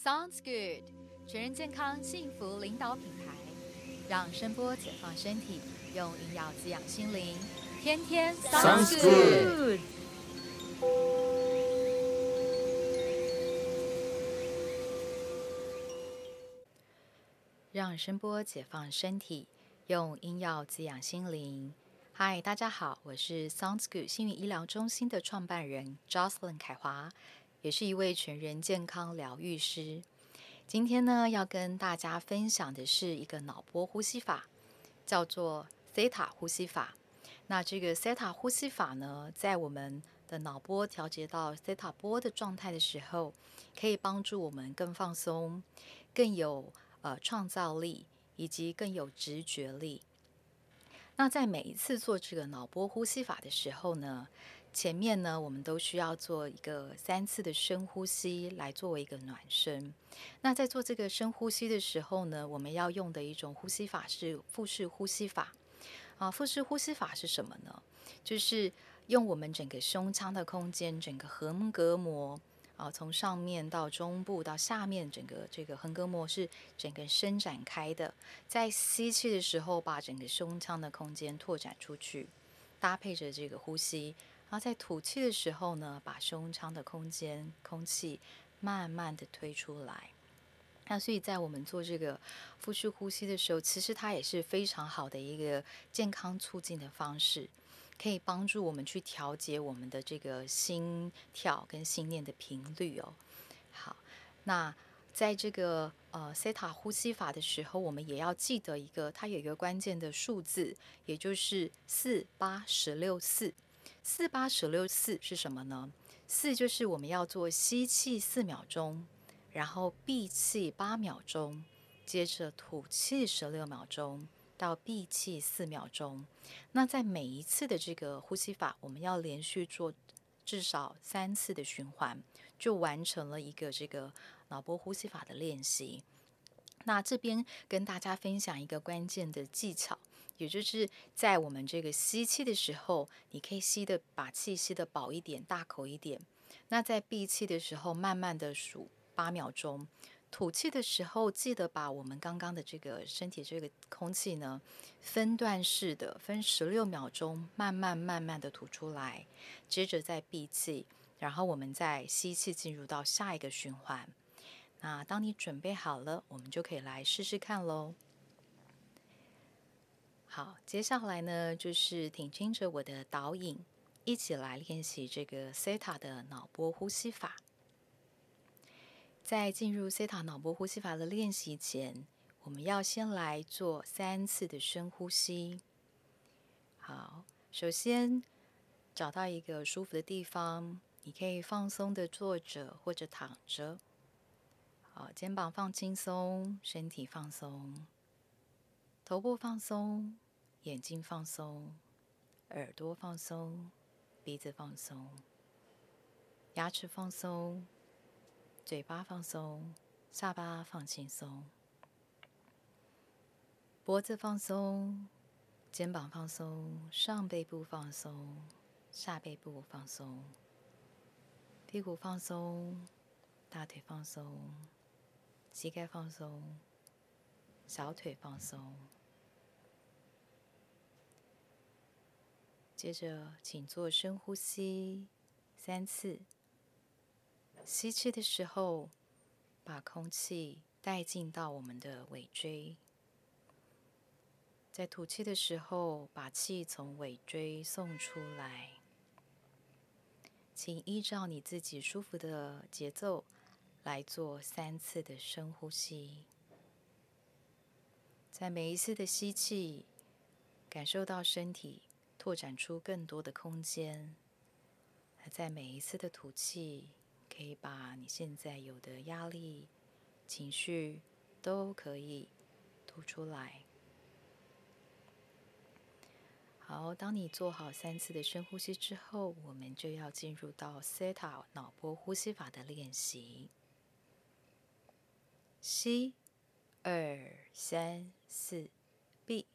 Sounds good， 全人健康幸福领导品牌，让声波解放身体，用营养滋养心灵，天天 Sounds good。让声波解放身体，用音药滋养心灵。嗨，大家好，我是 Sounds Good 幸运医疗中心的创办人 Jocelyn 凯华，也是一位全人健康疗愈师。今天呢，要跟大家分享的是一个脑波呼吸法，叫做 Theta 呼吸法。那这个 Theta 呼吸法呢，在我们的脑波调节到 Theta 波的状态的时候，可以帮助我们更放松，更有创造力，以及更有直觉力。那在每一次做这个脑波呼吸法的时候呢，前面呢我们都需要做一个3次的深呼吸来作为一个暖身。那在做这个深呼吸的时候呢，我们要用的一种呼吸法是腹式呼吸法。腹式呼吸法是什么呢？就是用我们整个胸腔的空间，整个横膈膜从上面到中部到下面，整个这个横膈膜是整个伸展开的。在吸气的时候，把整个胸腔的空间拓展出去，搭配着这个呼吸。然后在吐气的时候呢，把胸腔的空气慢慢的推出来。那所以在我们做这个腹式呼吸的时候，其实它也是非常好的一个健康促进的方式，可以帮助我们去调节我们的这个心跳跟心念的频率哦。好，那在这个Theta 呼吸法的时候，我们也要记得它有一个关键的数字，也就是4-8-16-4。4-8-16-4是什么呢？4就是我们要做吸气4秒钟，然后闭气8秒钟，接着吐气16秒钟，到闭气4秒钟。那在每一次的这个呼吸法，我们要连续做至少3次的循环，就完成了一个这个脑波呼吸法的练习。那这边跟大家分享一个关键的技巧，也就是在我们这个吸气的时候，你可以把气吸得饱一点，大口一点。那在闭气的时候，慢慢的数8秒钟。吐气的时候，记得把我们刚刚的这个身体这个空气呢，分段式的分16秒钟，慢慢的吐出来，接着再闭气，然后我们再吸气进入到下一个循环。那当你准备好了，我们就可以来试试看咯。好，接下来呢，就是请听着我的导引，一起来练习这个 Theta 的脑波呼吸法。在进入 Theta 脑波呼吸法的练习前，我们要先来做3次的深呼吸。好，首先找到一个舒服的地方，你可以放松的坐着或者躺着。好，肩膀放轻松，身体放松，头部放松，眼睛放松，耳朵放松，鼻子放松，牙齿放松，嘴巴放松，下巴放轻松，脖子放松，肩膀放松，上背部放松，下背部放松，屁股放松，大腿放松，膝盖放松，小腿放松。接着请做深呼吸3次。吸气的时候，把空气带进到我们的尾椎。在吐气的时候，把气从尾椎送出来。请依照你自己舒服的节奏来做3次的深呼吸。在每一次的吸气，感受到身体拓展出更多的空间。在每一次的吐气，可以把你现在有的压力、情绪都可以吐出来。好，当你做好3次的深呼吸之后，我们就要进入到 Theta 脑波呼吸法的练习。吸，2、3、4，闭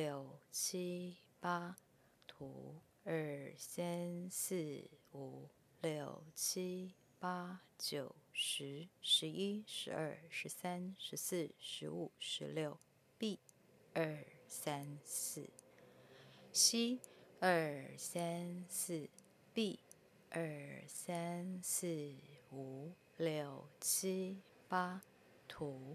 ，2、3、4、5、6、7、8，吐，2、3、4、5、 6、7、8、9、10、11、12、13、14、15、16，闭2、3、4，吸2、3、4，闭2、3、4、5、6、7、8，吐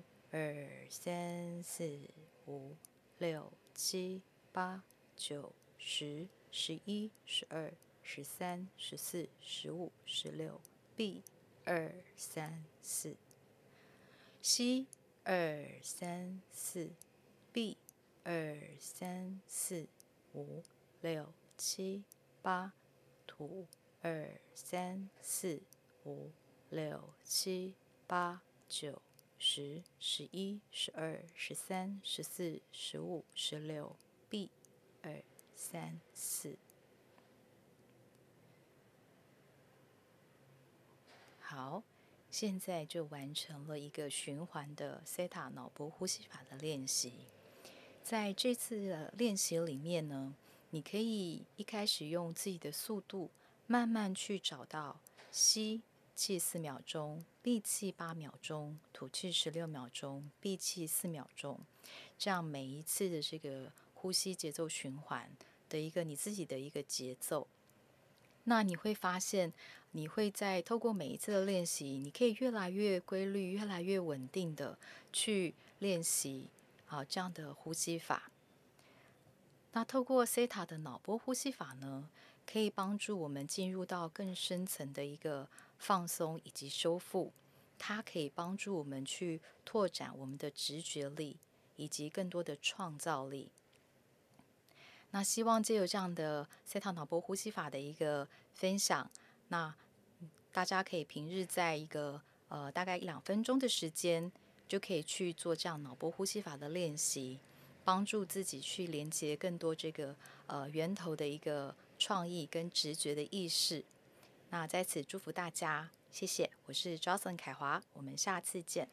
2、3、4、5、6、7、8、9、10、11、12、13、14、15、16，闭2、3、4，吸2、3、4，闭2、3、4、5、6、7、8，吐2、3、4、5、6、7、8、9、10、11、12、13、14、15、16，闭2、3、4。好，现在就完成了一个循环的 Theta 脑波呼吸法的练习。在这次的练习里面呢，你可以一开始用自己的速度，慢慢去找到吸气4秒钟，闭气8秒钟，吐气16秒钟，闭气4秒钟，这样每一次的这个呼吸节奏循环的一个你自己的一个节奏。那你会发现，你会在透过每一次的练习，你可以越来越规律、越来越稳定的去练习这样的呼吸法。那透过 Theta 的脑波呼吸法呢，可以帮助我们进入到更深层的一个放松以及修复。它可以帮助我们去拓展我们的直觉力以及更多的创造力。那希望藉由这样的 Theta 脑波呼吸法的一个分享，那大家可以平日在一个大概1-2分钟的时间，就可以去做这样脑波呼吸法的练习，帮助自己去连接更多这个源头的一个创意跟直觉的意识。那在此祝福大家，谢谢，我是 Jocelyn 凯华，我们下次见。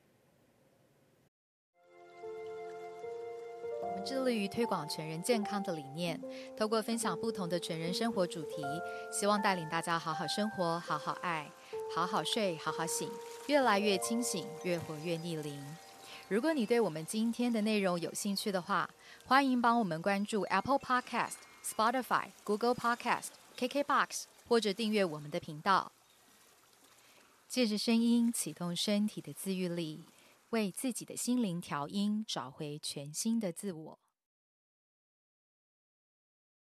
我们致力于推广全人健康的理念，透过分享不同的全人生活主题，希望带领大家好好生活，好好爱，好好睡，好好醒，越来越清醒，越活越逆龄。如果你对我们今天的内容有兴趣的话，欢迎帮我们关注 Apple Podcast、Spotify、Google Podcast、KKBox， 或者订阅我们的频道。借着声音启动身体的自愈力，为自己的心灵调音，找回全新的自我。